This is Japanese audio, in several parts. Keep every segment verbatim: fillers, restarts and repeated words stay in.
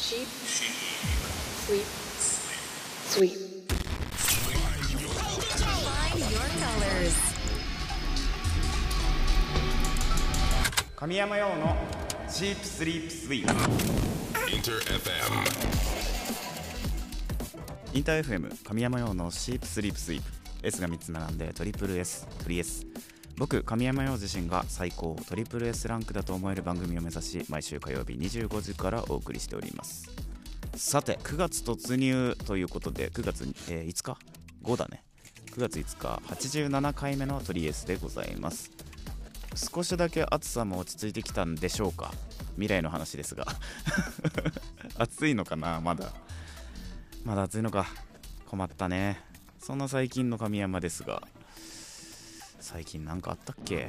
Sheep, sleep, sweep. Find your colors. 神山用のシープスリープスイープ。 インター エフエムインター エフエム 神山用のシープスリープスイープ。 S がみっつ並んでトリプル S トリ S。 僕神山陽自身が最高トリプル S ランクだと思える番組を目指し、毎週火曜日にじゅうごじからお送りしております。さてくがつ突入ということで、くがつ、えー、いつかごだね。くがついつかはちじゅうななかいめのトリ S でございます。少しだけ暑さも落ち着いてきたんでしょうか。未来の話ですが暑いのかな。まだまだ暑いのか。困ったね。そんな最近の神山ですが、最近なんかあったっけ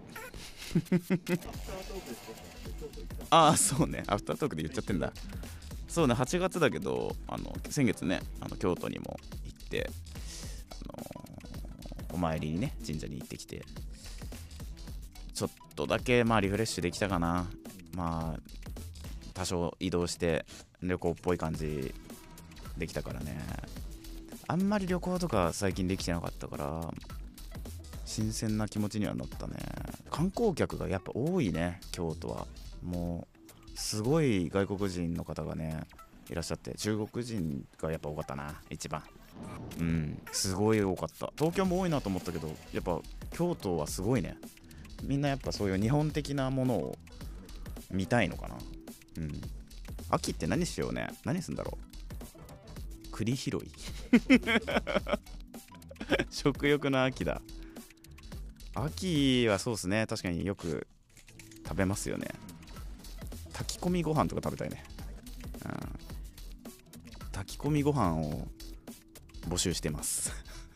ああそうね、アフタートークで言っちゃってんだ。そうね、はちがつだけど、あの先月ね、あの京都にも行って、あのー、お参りにね、神社に行ってきて、ちょっとだけまあリフレッシュできたかな。まあ多少移動して旅行っぽい感じできたからね。あんまり旅行とか最近できてなかったから新鮮な気持ちにはなったね。観光客がやっぱ多いね、京都は。もうすごい外国人の方がねいらっしゃって、中国人がやっぱ多かったな、一番。うん、すごい多かった。東京も多いなと思ったけど、やっぱ京都はすごいね。みんなやっぱそういう日本的なものを見たいのかな。うん。秋って何しようね。何すんだろう。栗拾い食欲の秋だ。秋はそうですね、確かによく食べますよね。炊き込みご飯とか食べたいね。うん、炊き込みご飯を募集してます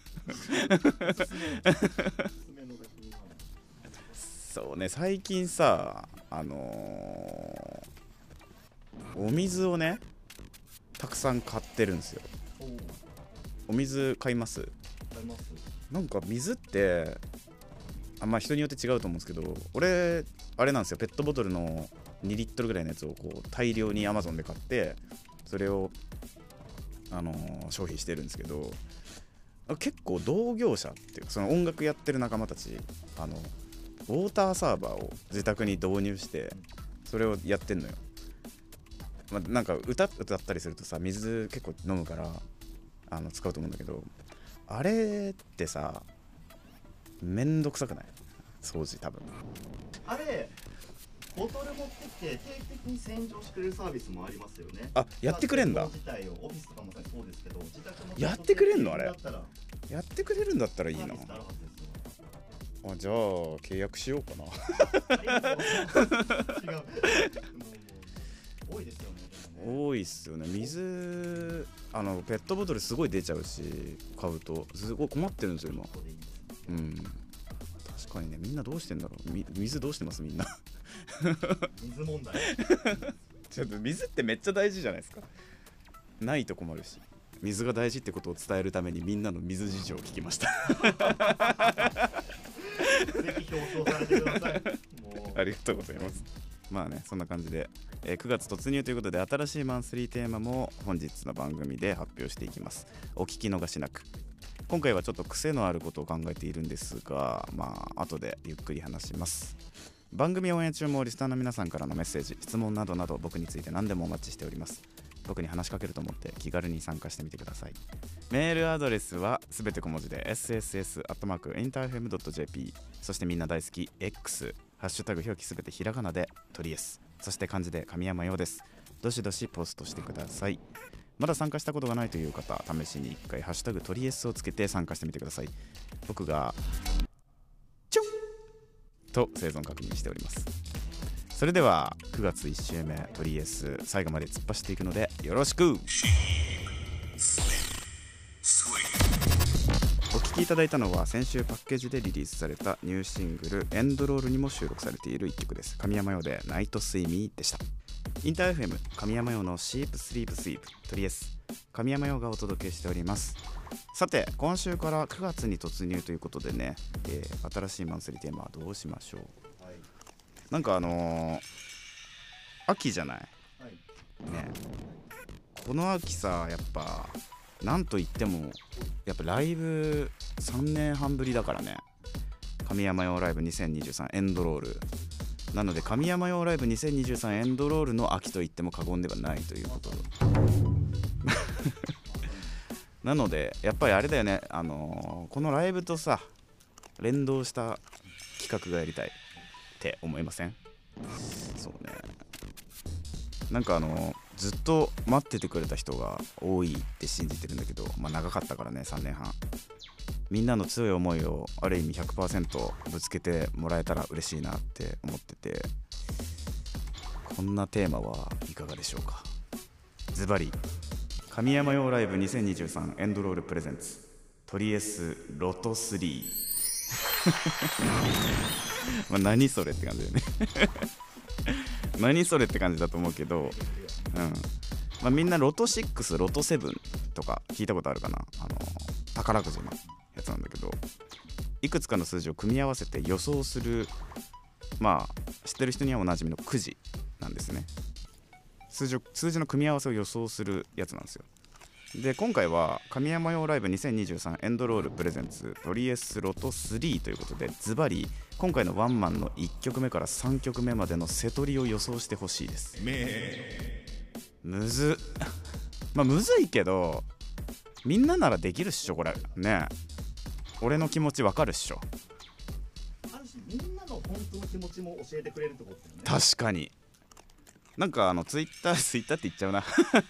そうね、最近さ、あのー、お水をねたくさん買ってるんですよ。お水買います？買います。なんか水ってあ、まあ人によって違うと思うんですけど、俺あれなんですよ、ペットボトルのにリットルぐらいのやつをこう大量に Amazon で買って、それを、あのー、消費してるんですけど、結構同業者っていうか、その音楽やってる仲間たち、あのウォーターサーバーを自宅に導入してそれをやってんのよ。まあ、なんか 歌, 歌ったりするとさ、水結構飲むからあの使うと思うんだけど、あれってさめんどくさくない？掃除多分。 あれボトル持ってきて定期的に洗浄してくれるサービスもありますよね。 あ、やってくれんだ。 自体をオフィスとかもそうですけど、自宅のやってくれんの？あれやってくれるんだったらいいな。あ、じゃあ契約しようかな違う多いですよね。 多いっすよね。水、あのペットボトルすごい出ちゃうし、買うとすごい困ってるんですよ今。うん、確かにね。みんなどうしてんだろう。み水どうしてますみんな水問題ちょっと水ってめっちゃ大事じゃないですか。ないと困るし。水が大事ってことを伝えるためにみんなの水事情を聞きましたぜひ表彰されてください。もうありがとうございます。まあね、そんな感じで、えー、くがつ突入ということで、新しいマンスリーテーマも本日の番組で発表していきます。お聞き逃しなく。今回はちょっと癖のあることを考えているんですが、まあ後でゆっくり話します。番組オンエア中もリスナーの皆さんからのメッセージ、質問などなど僕について何でもお待ちしております。僕に話しかけると思って気軽に参加してみてください。メールアドレスはすべて小文字で エスエスエス アットマーク インターエフエム ドット ジェーピー、 そしてみんな大好き X、ハッシュタグ表記すべてひらがなでトリエス、そして漢字で神山陽です。どしどしポストしてください。まだ参加したことがないという方、試しにいっかいハッシュタグトリエスをつけて参加してみてください。僕がチュンと生存確認しております。それではくがついち週目トリエス、最後まで突っ走っていくのでよろしく。お聴きいただいたのは先週パッケージでリリースされたニューシングルエンドロールにも収録されているいっきょくです。神山陽でナイトスイミーでした。インター エフエム 神山陽のシープスリープスイープトリエス、神山陽がお届けしております。さて今週からくがつに突入ということでね、えー、新しいマンスリーテーマはどうしましょう。はい、なんかあのー、秋じゃない、はい、ね。 この秋さ、やっぱなんといってもやっぱライブさんねんはんぶりだからね。神山用ライブにせんにじゅうさんエンドロールなので、神山用ライブにせんにじゅうさんエンドロールの秋と言っても過言ではないということなのでやっぱりあれだよね、あのー、このライブとさ連動した企画がやりたいって思いません？そうね、なんかあのー、ずっと待っててくれた人が多いって信じてるんだけど、まあ長かったからね、さんねんはん。みんなの強い思いをある意味 ひゃくパーセント ぶつけてもらえたら嬉しいなって思ってて、こんなテーマはいかがでしょうか。ズバリ神山用ライブにせんにじゅうさんエンドロールプレゼンツトリエスロトスリーまあ何それって感じだよね何それって感じだと思うけど、うんまあ、みんなロトシックスロトセブンとか聞いたことあるかな。あの宝くじのやつなんだけど、いくつかの数字を組み合わせて予想する、まあ知ってる人にはおなじみのくじなんですね。数字を数字の組み合わせを予想するやつなんですよ。で今回は神山用ライブにせんにじゅうさんエンドロールプレゼンツトリエスロトスリーということで、ズバリ今回のワンマンのいっきょくめからさんきょくめまでのセトリを予想してほしいです。むずまあむずいけどみんなならできるっしょこれね。俺の気持ちわかるっしょ。 あるしみんなの本当の気持ちも教えてくれるってことだよね。 確かに。なんかあのツイッターツイッターって言っちゃうな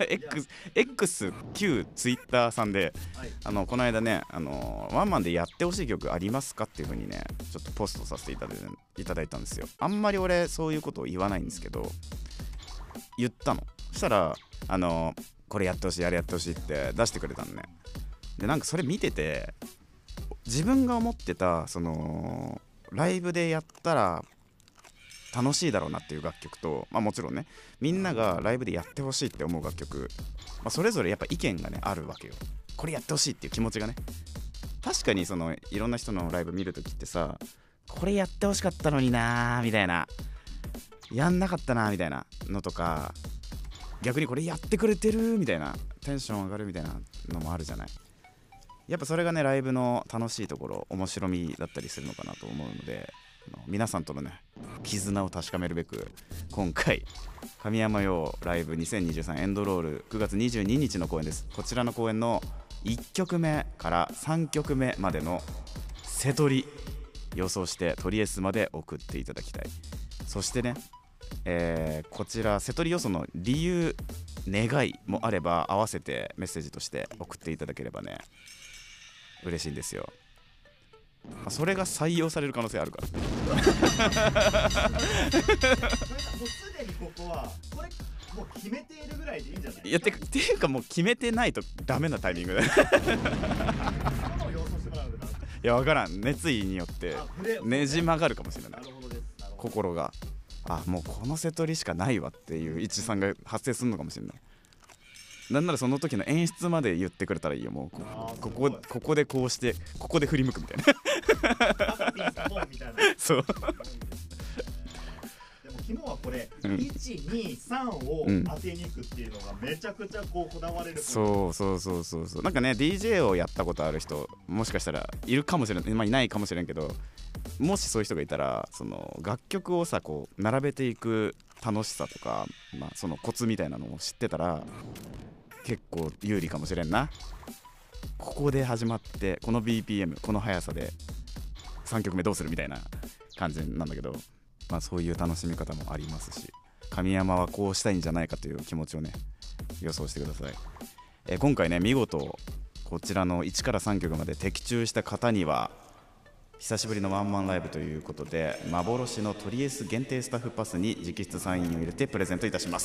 X, X 旧ツイッターさんで、はい、あのこの間ね、あのワンマンでやってほしい曲ありますかっていう風にねちょっとポストさせていただいいただいたんですよ。あんまり俺そういうことを言わないんですけど言ったの。そしたらあのこれやってほしいあれやってほしいって出してくれたのね。でなんかそれ見てて自分が思ってたそのライブでやったら楽しいだろうなっていう楽曲と、まあ、もちろんねみんながライブでやってほしいって思う楽曲、まあ、それぞれやっぱ意見がねあるわけよ。これやってほしいっていう気持ちがね。確かにそのいろんな人のライブ見るときってさ、これやってほしかったのになーみたいな、やんなかったなーみたいなのとか、逆にこれやってくれてるみたいなテンション上がるみたいなのもあるじゃない。やっぱそれがねライブの楽しいところ面白みだったりするのかなと思うので、皆さんとのね絆を確かめるべく今回神山用ライブにせんにじゅうさんエンドロールくがつにじゅうににちの公演です。こちらの公演のいっきょくめからさんきょくめまでのセトリ予想してトリエスまで送っていただきたい。そしてね、えー、こちらセトリ予想の理由願いもあれば合わせてメッセージとして送っていただければね嬉しいんですよ。それが採用される可能性あるからもうすでにここはこれもう決めているぐらいでいいんじゃない？ いやてかっていうかもう決めてないとダメなタイミングだいや分からん、熱意によってねじ曲がるかもしれない。心があもうこのセトリしかないわっていう一致さんが発生するのかもしれない。なんならその時の演出まで言ってくれたらいいよ。もう こ, こ, こ, ここでこうしてここで振り向くみたいなそうでも肝はこれ、うん、いちにさんを当てにいくっていうのがめちゃくちゃこうこだわれる、うん、 そうそうそうそうそう。なんかね ディージェー をやったことある人もしかしたらいるかもしれない、まあいないかもしれんけど、もしそういう人がいたらその楽曲をさこう並べていく楽しさとか、まあ、そのコツみたいなのを知ってたら結構有利かもしれんな。ここで始まってこの ビーピーエム この速さでさんきょくめどうするみたいな感じなんだけど、まあそういう楽しみ方もありますし、神山はこうしたいんじゃないかという気持ちをね予想してください。えー、今回ね見事こちらのいちからさんきょくまで的中した方には久しぶりのワンマンライブということで幻のトリエス限定スタッフパスに直筆サインを入れてプレゼントいたします。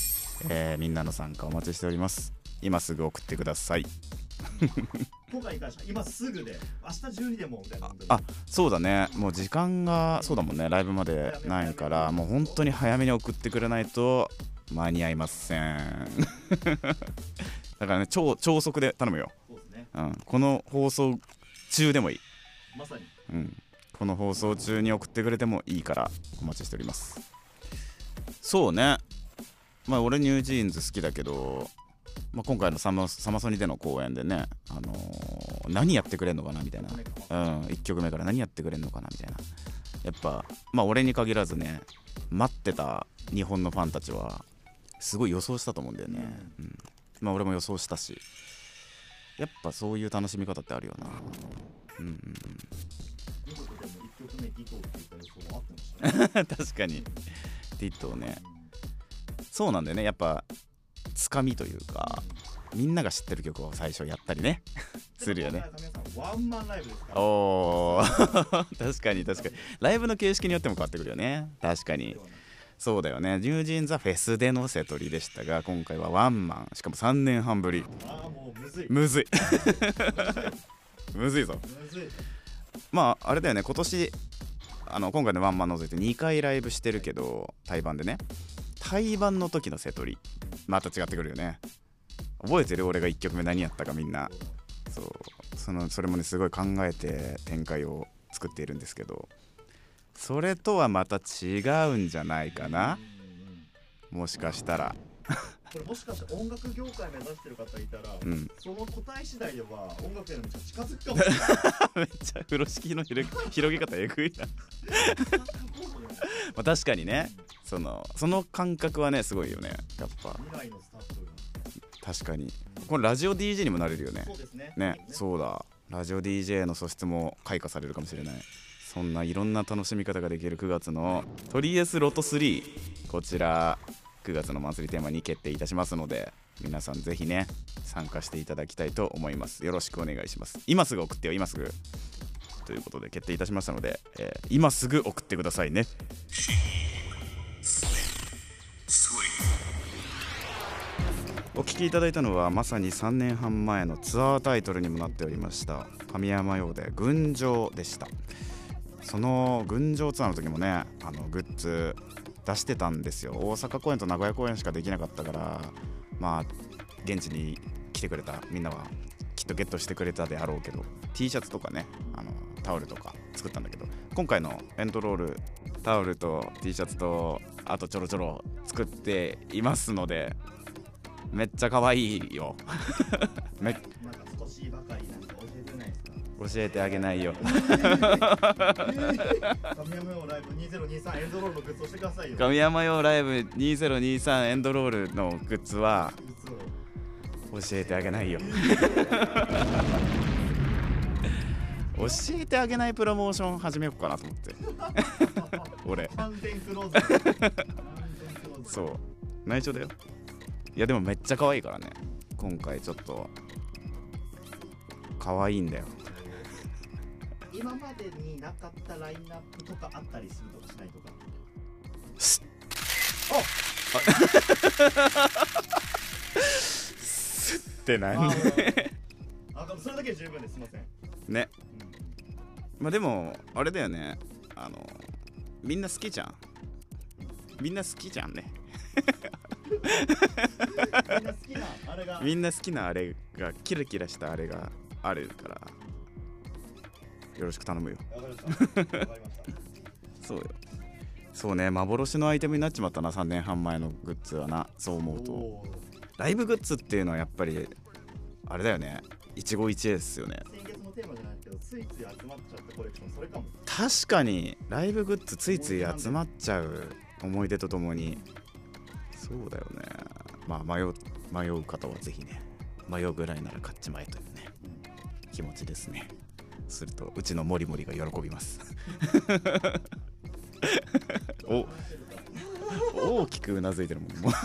えー、みんなの参加お待ちしております。今すぐ送ってください今回に関しては今すぐで明日じゅうにでもみたいな。 あ、そうだね、もう時間がそうだもんね、ライブまでないからもう本当に早めに送ってくれないと間に合いませんだからね 超, 超速で頼むよ。そうですね、うん、この放送中でもいい、 まさに、 うん、この放送中に送ってくれてもいいからお待ちしております。そうね、まあ俺ニュージーンズ好きだけどまあ、今回のサマサマソニでの公演でね、あのー、何やってくれんのかなみたいな、うん、いっきょくめから何やってくれんのかなみたいな、やっぱまあ俺に限らずね、待ってた日本のファンたちはすごい予想したと思うんだよね、うんうん、まあ俺も予想したし、やっぱそういう楽しみ方ってあるよな。うんうんうん確かにティットね、そうなんだよね、やっぱつかみというか、みんなが知ってる曲を最初やったりねするよね。 ワンマンライブですから。 おー確かに確かにライブの形式によっても変わってくるよね。確かにそうだよね。ニュージーンザフェスでの瀬取りでしたが、今回はワンマン、しかもさんねんはんぶり。 ああもうむずいむずいむずいぞ。 むずい。 まああれだよね、今年あの今回のワンマン除いてにかいライブしてるけど、対バンでね、対バンの時の瀬取りまた違ってくるよね。覚えてる？俺がいっきょくめ何やったかみんな。そうそのそれもねすごい考えて展開を作っているんですけど、それとはまた違うんじゃないかな、もしかしたらこれもしかして音楽業界目指してる方いたら、うん、その答え次第では音楽への道が近づくかもしれないめっちゃ風呂敷の広げ方えぐいなまあ確かにね、そのその感覚はねすごいよね、やっぱ未来のスタッフが確かにこれラジオ ディージェー にもなれるよね。 そうですね。 ね、そうだ、ラジオ ディージェー の素質も開花されるかもしれない。そんないろんな楽しみ方ができるくがつのトリエスロトスリー、こちらくがつのマンスリーテーマに決定いたしますので、皆さんぜひね参加していただきたいと思います。よろしくお願いします。今すぐ送ってよ、今すぐということで決定いたしましたので、えー、今すぐ送ってくださいね。お聴きいただいたのはまさにさんねんはん前のツアータイトルにもなっておりました神山用で群青でした。その群青ツアーの時もね、あのグッズ出してたんですよ。大阪公演と名古屋公演しかできなかったから、まあ現地に来てくれたみんなはきっとゲットしてくれたであろうけど、 T シャツとかね、あのタオルとか作ったんだけど、今回のエンドロールタオルと T シャツとあとちょろちょろ作っていますので、めっちゃ可愛いよめなんか少しばかりなんか教えてないですか？ 教えてあげないよ神山用ライブにせんにじゅうさんエンドロールのグッズをしてくださいよ。 神山用ライブにせんにじゅうさんエンドロールのグッズは教えてあげないよ教えてあげないプロモーション始めようかなと思って俺完全クローズ完全クローズ。 そう内緒だよ。いやでもめっちゃ可愛いからね、今回ちょっと可愛いんだよ。 今までになかったラインナップとかあったりするとかしないとか。 すって何ああそれだけで十分です。すいませんね、うん、まあでもあれだよね、あのみんな好きじゃんみんな好きじゃんねみんな好きなあれがみんな好きなあれがキラキラしたあれがあるから、よろしく頼むよ。 わかりました。わかりました。 そうよ。そうね、幻のアイテムになっちまったな、さんねんはん前のグッズはな。そう思うとライブグッズっていうのはやっぱりあれだよね、一期一会ですよね。 先月のテーマじゃないけど、ついつい集まっちゃったコレクション、それかも。 確かにライブグッズついつい集まっちゃう、思い出とともに。そうだよね。まあ迷う迷う方はぜひね、迷うぐらいなら買っちまえというね、うん、気持ちですね。するとうちのモリモリが喜びますお大きくうなずいてるもんもう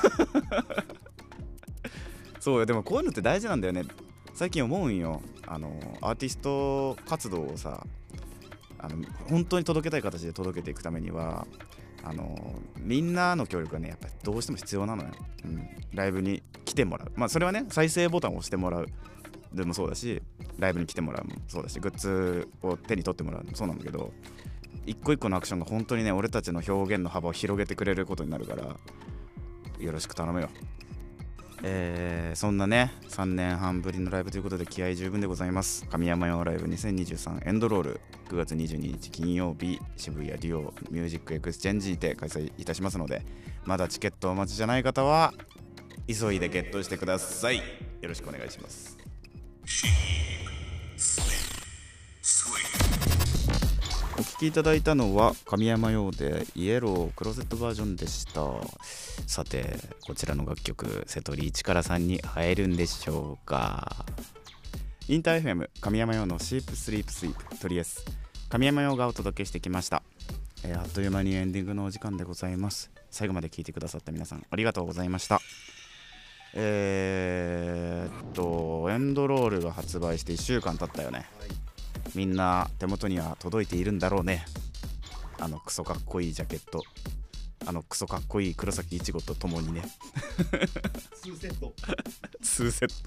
そうよ。でもこういうのって大事なんだよね。最近思うんよ、あのアーティスト活動をさ、あの本当に届けたい形で届けていくためには、あのみんなの協力がねやっぱりどうしても必要なのよ、うん、ライブに来てもらう、まあそれはね再生ボタンを押してもらうでもそうだし、ライブに来てもらうもそうだし、グッズを手に取ってもらうもそうなんだけど、一個一個のアクションが本当にね俺たちの表現の幅を広げてくれることになるから、よろしく頼むよ。えー、そんなねさんねんはんぶりのライブということで気合十分でございます。神山用ライブにせんにじゅうさんエンドロール、くがつにじゅうににち金曜日、渋谷デュオミュージックエクスチェンジにて開催いたしますので、まだチケットお待ちじゃない方は急いでゲットしてください。よろしくお願いします。お聴きいただいたのは神山用でイエロークローゼットバージョンでした。さてこちらの楽曲瀬戸リーチカラさんに入るんでしょうか。インター エフエム 神山用のシープスリープスイープトリエス神山用がお届けしてきました。えー、あっという間にエンディングのお時間でございます。最後まで聞いてくださった皆さんありがとうございました。えーっとエンドロールが発売していっしゅうかん経ったよね、はい、みんな手元には届いているんだろうね。あのクソかっこいいジャケット、あのクソかっこいい黒崎いちごとともにねにセットにセット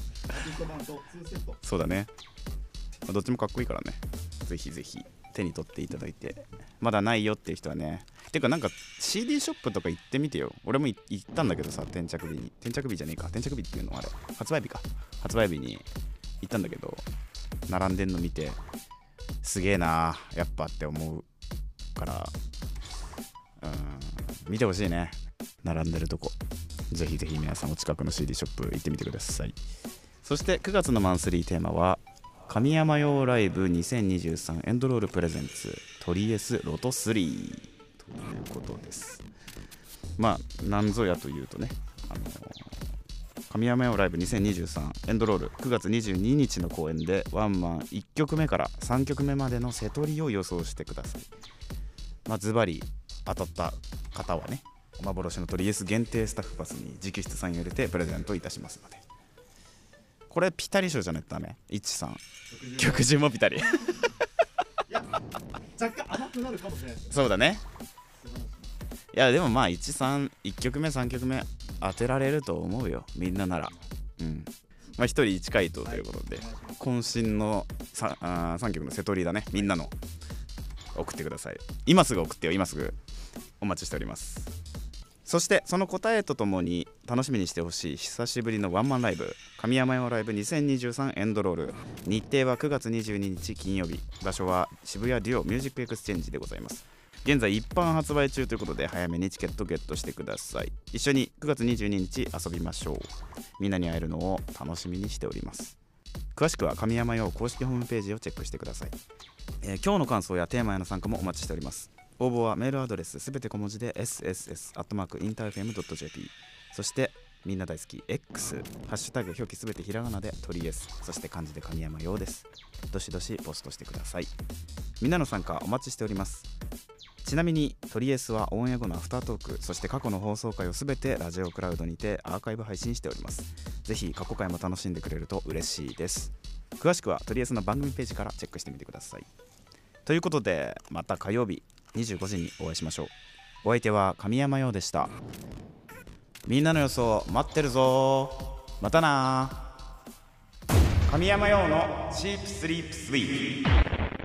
そうだね、どっちもかっこいいからね、ぜひぜひ手に取っていただいて、まだないよっていう人はね、てかなんか シーディー ショップとか行ってみてよ。俺も行ったんだけどさ、転着日に転着日じゃねえか転着日っていうのあれ発売日か発売日に行ったんだけど、並んでんの見てすげえなやっぱって思うから、うーん見てほしいね、並んでるとこ。ぜひぜひ皆さんお近くの シーディー ショップ行ってみてください。そしてくがつのマンスリーテーマは神山用ライブにせんにじゅうさんエンドロールプレゼンツトリエスロトスリーということです。まあ何ぞやというとね、あのー、神山用ライブにせんにじゅうさんエンドロールくがつにじゅうににちの公演でワンマンいっきょくめからさんきょくめまでの瀬取りを予想してください。まあズバリ当たった方はね、幻のトリエス限定スタッフパスに直筆サインを入れてプレゼントいたしますので、これピタリ賞じゃないとダメ。いちさん曲順もピタリいや若干甘くなるかもしれない。 そうだね。いやでもまあいちさんいっきょくめさんきょくめ当てられると思うよ、みんななら。うんまあひとりいち回答ということで、はい、渾身の さ, あさんきょくの瀬取りだね。みんなの送ってください。今すぐ送ってよ、今すぐお待ちしております。そしてその答えとともに楽しみにしてほしい久しぶりのワンマンライブ神山用ライブにせんにじゅうさんエンドロール、日程はくがつにじゅうににち金曜日、場所は渋谷デュオミュージックエクスチェンジでございます。現在一般発売中ということで早めにチケットゲットしてください。一緒にくがつにじゅうににち遊びましょう。みんなに会えるのを楽しみにしております。詳しくは神山用公式ホームページをチェックしてください。えー、今日の感想やテーマへの参加もお待ちしております。応募はメールアドレスすべて小文字で エスエスエス アットマーク インターエフエム ドット ジェーピー、 そしてみんな大好き X ハッシュタグ表記すべてひらがなでトリエス、そして漢字で神山用です。どしどしポストしてください。みんなの参加お待ちしております。ちなみにトリエスはオンエア後のアフタートーク、そして過去の放送回をすべてラジオクラウドにてアーカイブ配信しております。ぜひ過去回も楽しんでくれると嬉しいです。詳しくはトリエスの番組ページからチェックしてみてください。ということでまた火曜日にじゅうごじにお会いしましょう。お相手は神山陽でした。みんなの予想待ってるぞ。またな。神山陽のチープスリープスイープ。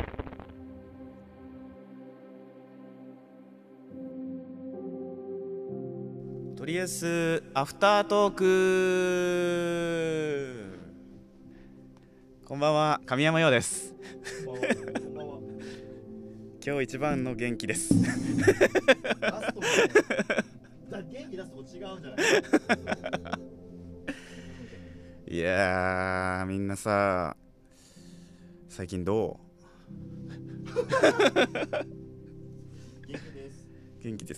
とりあえずアフタートーク。こんばんは、神山陽です。今日一番の元気です。元気出すとこ違うんじゃない？ いやー、みんなさ、最近どう？ 元気です。 元気です。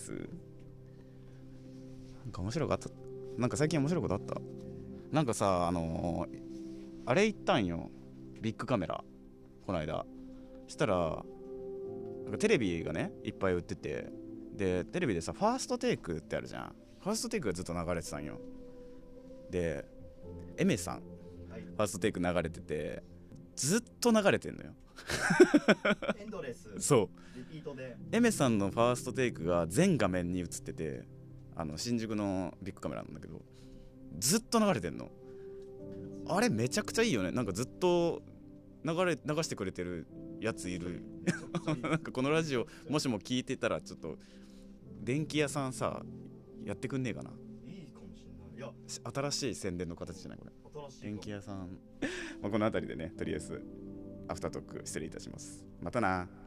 なんか面白かった。なんか最近面白いことあった？なんかさ、あのー、あれ行ったんよ。ビッグカメラ。この間。したら。なんかテレビがねいっぱい売ってて、でテレビでさファーストテイクってあるじゃん。ファーストテイクがずっと流れてたんよ。でエメさん、はい、ファーストテイク流れててずっと流れてんのよ。 エンドレス。 そうリピートでエメさんのファーストテイクが全画面に映ってて、あの新宿のビッグカメラなんだけどずっと流れてんの。あれめちゃくちゃいいよね。なんかずっと流れ流してくれてるやついる。なんかこのラジオもしも聞いてたらちょっと電気屋さんさやってくんねえかな。 いいかもしれない。いや新しい宣伝の形じゃないこれ。 新しい電気屋さんまあこの辺りでね、とりあえずアフタートーク失礼いたします。またな。